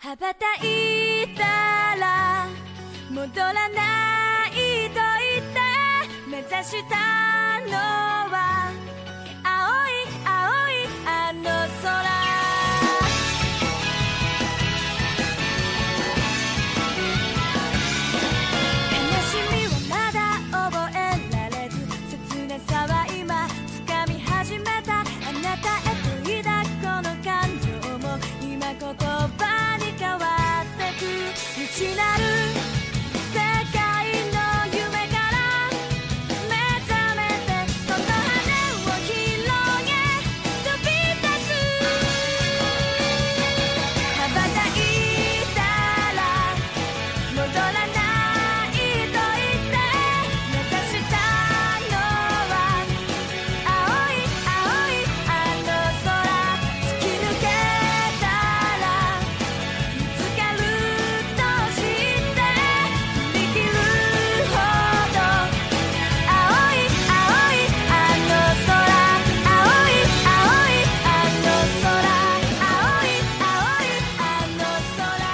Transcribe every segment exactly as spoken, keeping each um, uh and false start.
羽ばたいたら戻らないと言って目指したのは青い青いあの空悲しみはまだ覚えられず切なさは今掴み始めたあなたへと抱くこの感情も今言葉に変わってく未知なる世界の夢から目覚めてこの羽を広げ飛び立つ羽ばたいたら戻らないと言って目指したのは青い青いあの空突き抜けたら見つかると知って振り切るほど青い青いあの空青い青いあの空青い青いあの空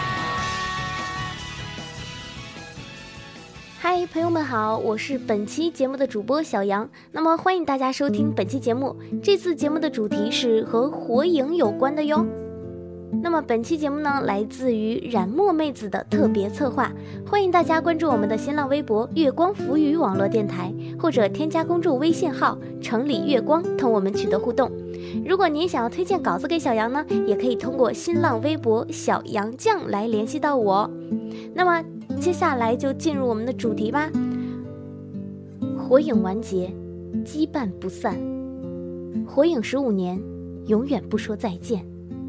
嗨，朋友们好，我是本期节目的主播小杨。那么欢迎大家收听本期节目。这次节目的主题是和火影有关的哟。那么本期节目呢，来自于染墨妹子的特别策划，欢迎大家关注我们的新浪微博月光浮语网络电台，或者添加公众微信号城里月光，同我们取得互动。如果您想要推荐稿子给小杨呢，也可以通过新浪微博小杨酱来联系到我。那么接下来就进入我们的主题吧。火影完结，羁绊不散。火影十五年，永远不说再见。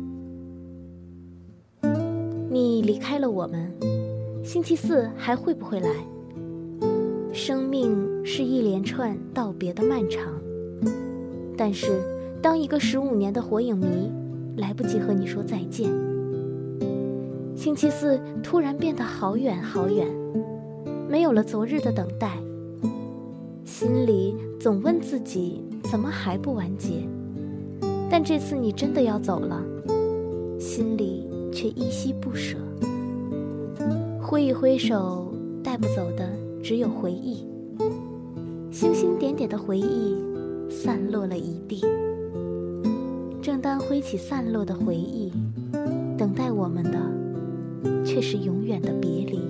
你离开了我们，星期四还会不会来？生命是一连串道别的漫长，但是当一个十五年的火影迷来不及和你说再见，星期四突然变得好远好远，没有了昨日的等待，心里总问自己怎么还不完结，但这次你真的要走了，心里却依稀不舍。挥一挥手，带不走的只有回忆，星星点点的回忆散落了一地。正当挥起散落的回忆，等待我们的却是永远的别离。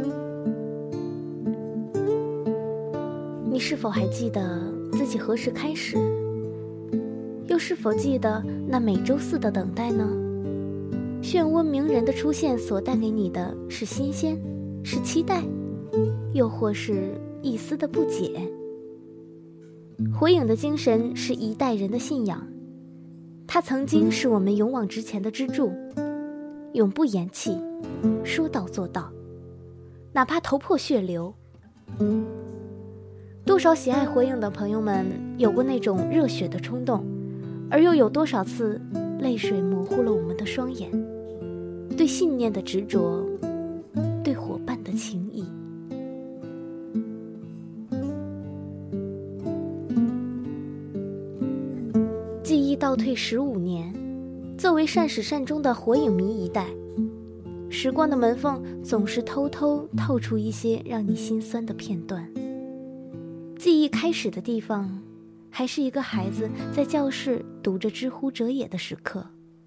你是否还记得自己何时开始？又是否记得那每周四的等待呢？漩涡鸣人的出现所带给你的是新鲜，是期待，又或是一丝的不解。火影的精神是一代人的信仰，它曾经是我们勇往直前的支柱，永不言弃，说到做到，哪怕头破血流。多少喜爱火影的朋友们有过那种热血的冲动，而又有多少次泪水模糊了我们的双眼，对信念的执着，对伙伴的情谊。记忆倒退十五年，作为善始善终的火影迷一代，时光的门缝总是偷偷透出一些让你心酸的片段。记忆开始的地方，还是一个孩子在教室读着知乎者也的时刻，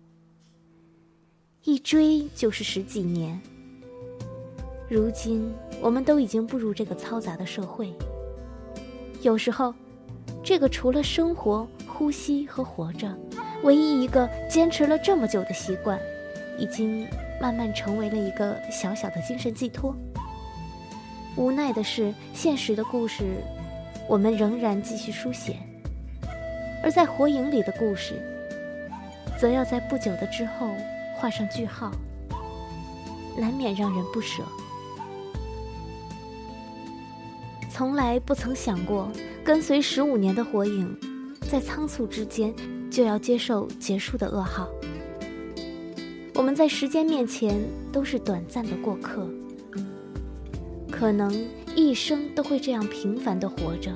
一追就是十几年。如今我们都已经步入这个嘈杂的社会，有时候这个除了生活、呼吸和活着，唯一一个坚持了这么久的习惯，已经慢慢成为了一个小小的精神寄托。无奈的是，现实的故事我们仍然继续书写，而在火影里的故事则要在不久的之后画上句号，难免让人不舍。从来不曾想过跟随十五年的火影在仓促之间就要接受结束的噩耗。我们在时间面前都是短暂的过客，可能一生都会这样平凡地活着。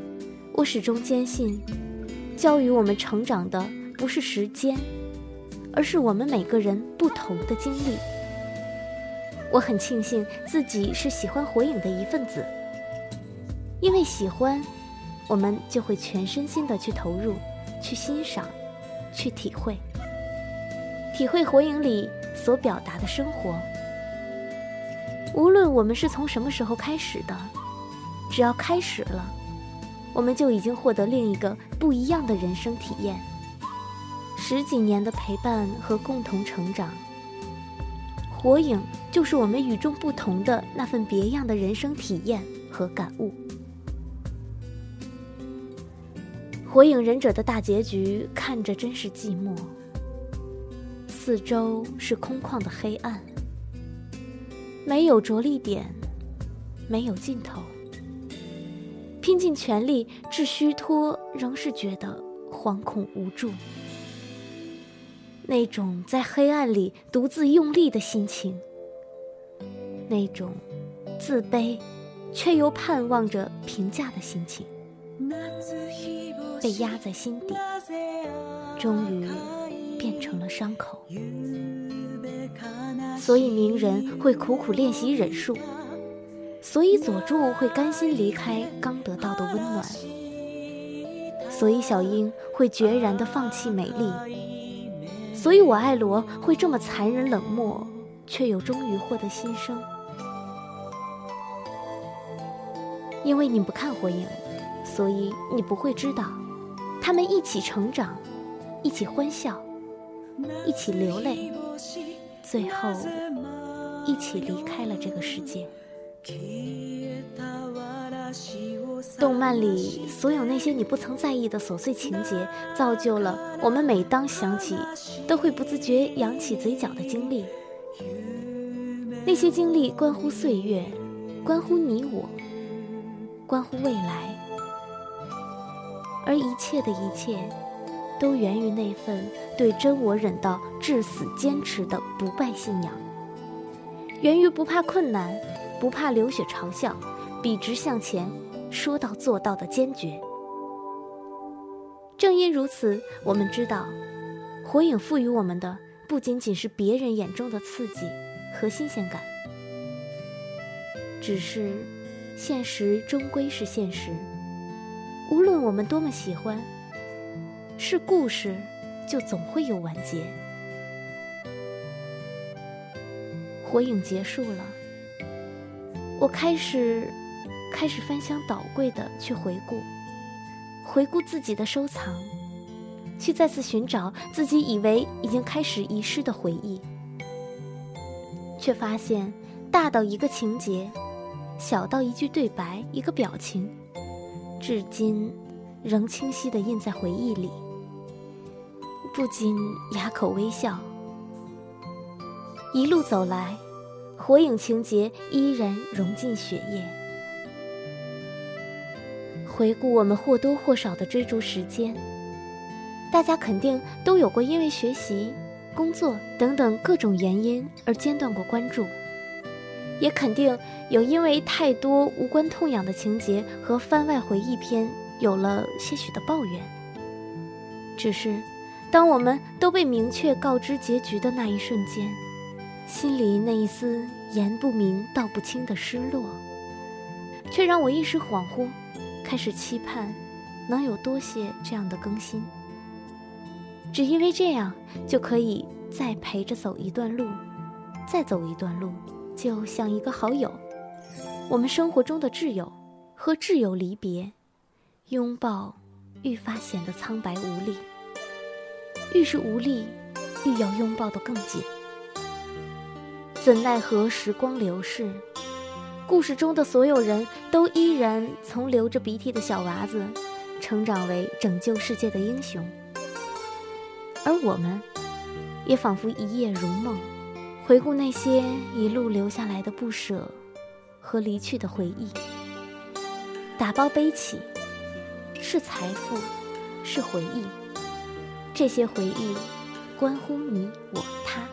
我始终坚信，教育我们成长的不是时间， 而是我们每个人不同的经历。我很庆幸自己是喜欢火影的一份子，因为喜欢，我们就会全身心地去投入，去欣赏，去体会，体会火影里所表达的生活。无论我们是从什么时候开始的，只要开始了，我们就已经获得另一个不一样的人生体验。十几年的陪伴和共同成长，火影就是我们与众不同的那份别样的人生体验和感悟。火影忍者的大结局看着真是寂寞，四周是空旷的黑暗，没有着力点，没有尽头，拼尽全力至虚脱，仍是觉得惶恐无助。那种在黑暗里独自用力的心情，那种自卑却又盼望着评价的心情，被压在心底，终于变成了伤口。所以鸣人会苦苦练习忍术，所以佐助会甘心离开刚得到的温暖，所以小樱会决然地放弃美丽，所以我爱罗会这么残忍冷漠，却又终于获得新生。因为你不看火影，所以你不会知道，他们一起成长，一起欢笑，一起流泪，最后一起离开了这个世界。动漫里所有那些你不曾在意的琐碎情节，造就了我们每当想起都会不自觉扬起嘴角的经历。那些经历关乎岁月，关乎你我，关乎未来，而一切的一切都源于那份对真我忍到至死坚持的不败信仰，源于不怕困难，不怕流血嘲笑，笔直向前，说到做到的坚决。正因如此，我们知道火影赋予我们的不仅仅是别人眼中的刺激和新鲜感，只是现实终归是现实，无论我们多么喜欢，是故事就总会有完结。火影结束了，我开始开始翻箱倒柜的去回顾回顾自己的收藏，去再次寻找自己以为已经开始遗失的回忆，却发现大到一个情节，小到一句对白，一个表情，至今仍清晰地印在回忆里，不禁哑口微笑。一路走来，火影情节依然融进血液。回顾我们或多或少的追逐时间，大家肯定都有过因为学习、工作等等各种原因而间断过关注，也肯定有因为太多无关痛痒的情节和番外回忆篇有了些许的抱怨。只是当我们都被明确告知结局的那一瞬间，心里那一丝言不明道不清的失落，却让我一时恍惚，开始期盼能有多些这样的更新，只因为这样就可以再陪着走一段路，再走一段路，就像一个好友，我们生活中的挚友和挚友离别，拥抱愈发显得苍白无力，愈是无力，愈要拥抱得更紧。怎奈何时光流逝，故事中的所有人都依然从流着鼻涕的小娃子成长为拯救世界的英雄，而我们也仿佛一夜如梦，回顾那些一路留下来的不舍和离去的回忆，打包背起，是财富，是回忆，这些回忆关乎你我他，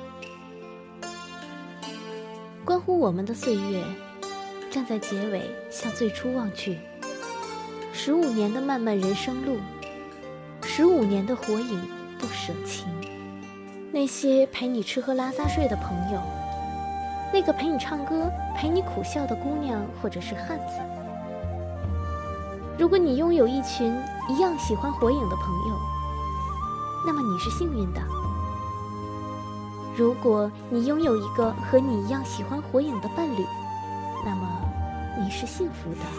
关乎我们的岁月。站在结尾向最初望去，十五年的漫漫人生路，十五年的火影不舍情。 那些陪你吃喝拉撒睡的朋友，那个陪你唱歌陪你苦笑的姑娘或者是汉子。如果你拥有一群一样喜欢火影的朋友，那么你是幸运的。如果你拥有一个和你一样喜欢火影的伴侣，那么你是幸福的。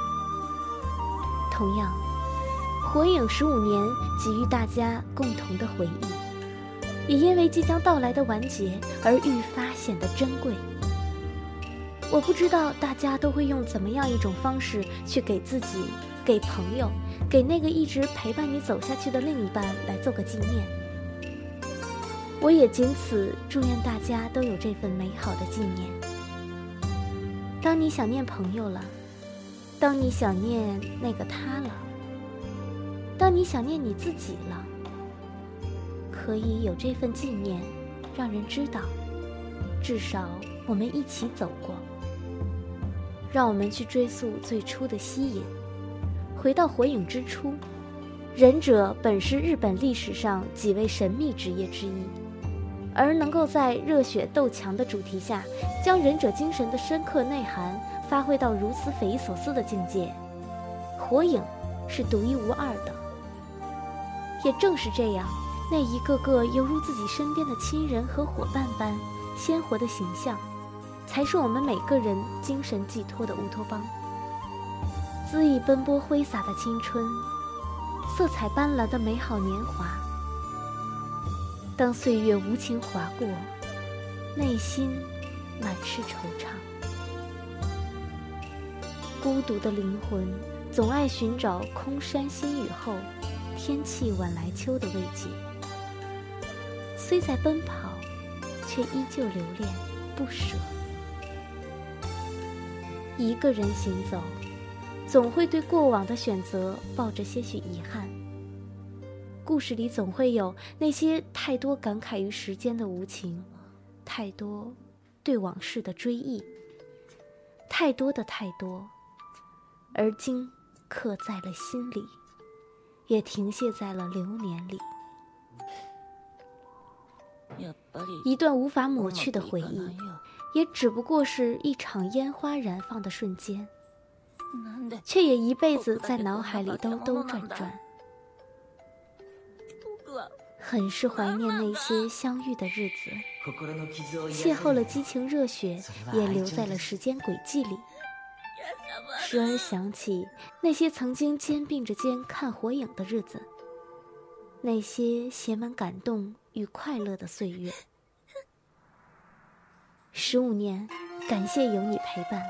同样，火影十五年给予大家共同的回忆，也因为即将到来的完结而愈发显得珍贵。我不知道大家都会用怎么样一种方式去给自己、给朋友、给那个一直陪伴你走下去的另一半来做个纪念。我也仅此祝愿大家都有这份美好的纪念。当你想念朋友了，当你想念那个他了，当你想念你自己了，可以有这份纪念，让人知道，至少我们一起走过。让我们去追溯最初的吸引，回到火影之初，忍者本是日本历史上几位神秘职业之一，而能够在热血斗强的主题下，将忍者精神的深刻内涵发挥到如此匪夷所思的境界，火影是独一无二的。也正是这样，那一个个犹如自己身边的亲人和伙伴般鲜活的形象，才是我们每个人精神寄托的乌托邦。恣意奔波挥洒的青春，色彩斑斓的美好年华，当岁月无情划过，内心满是惆怅。孤独的灵魂总爱寻找空山新雨后，天气晚来秋的慰藉，虽在奔跑，却依旧留恋不舍。一个人行走，总会对过往的选择抱着些许遗憾。故事里总会有那些太多感慨于时间的无情，太多对往事的追忆，太多的太多，而今刻在了心里，也停歇在了流年里。一段无法抹去的回忆，也只不过是一场烟花燃放的瞬间，却也一辈子在脑海里兜兜转转。很是怀念那些相遇的日子，邂逅了激情热血，也留在了时间轨迹里。时而想起那些曾经肩并着肩看火影的日子，那些写满感动与快乐的岁月。十五年，感谢有你陪伴。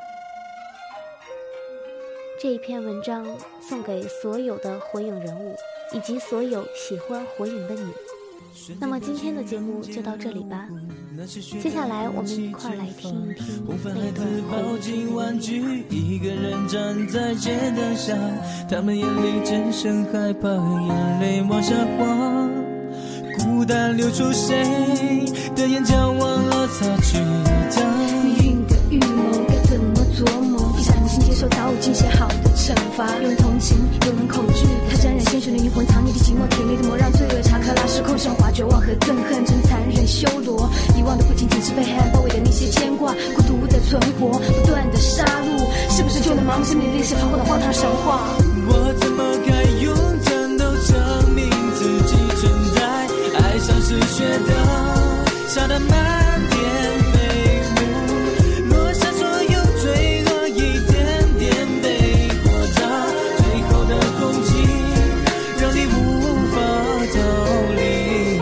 这一篇文章送给所有的火影人物，以及所有喜欢火影的你。那么今天的节目就到这里吧，接下来我们一块来听一听那段回忆玩具。一个人站在街灯下，他们眼里只剩害怕，眼泪往下滑，孤单流出谁的眼角，忘了擦去它。命运的预谋该怎么琢磨，闭上眼睛接受早已经写好的惩罚，有人同情，有人恐惧，它沾染鲜血的灵魂，藏匿的寂寞，体内的魔让罪恶查克拉失控升华，绝望和憎恨真残忍修罗，遗忘的不仅仅是被黑暗包围的那些牵挂，孤独的存活，不断的杀戮，是不是就能麻木生命的烈士跑过的荒唐神话？我怎么该用战斗证明自己存在？爱上失血的沙的满天飞舞，落下所有罪恶，一点点被扩大，最后的攻击让你无法逃离。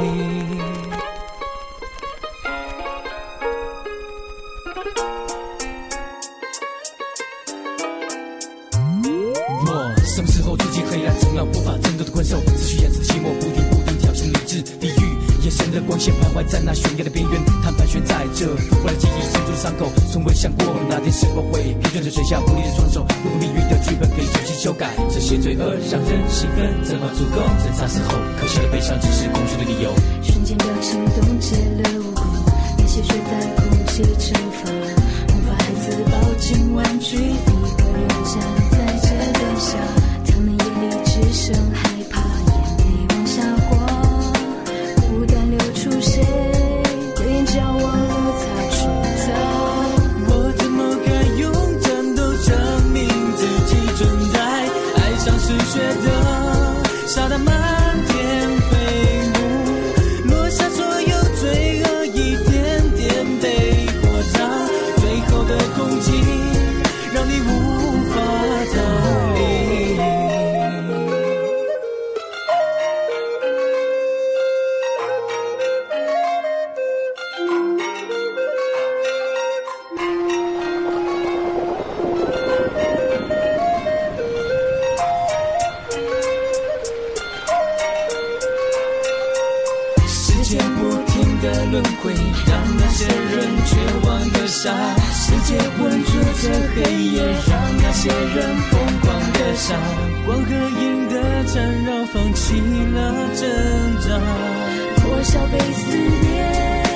我什么时候走进黑暗中，让无法争斗的困兽，失去颜色的寂寞，不停不停挑衅理智地狱。眼神的光线徘徊在那悬崖的边缘，它盘旋在这复活的记忆深处的伤口，从未想过那天是否会疲倦着垂下无力的双手。如果命运的剧本可以重新修改，这些罪恶让人兴奋，怎么足够？挣扎之后，可惜的悲伤只是恐惧的理由。瞬间的心动结了无辜，那些血在空气蒸发，无法孩子抱紧玩具，一个人站在街灯下，他们眼里只剩害怕，眼泪往下滑，孤单流出谁让那些人绝望的傻，世界浑浊着黑夜，让那些人疯狂的傻，光和影的缠绕，放弃了挣扎， 多少被思念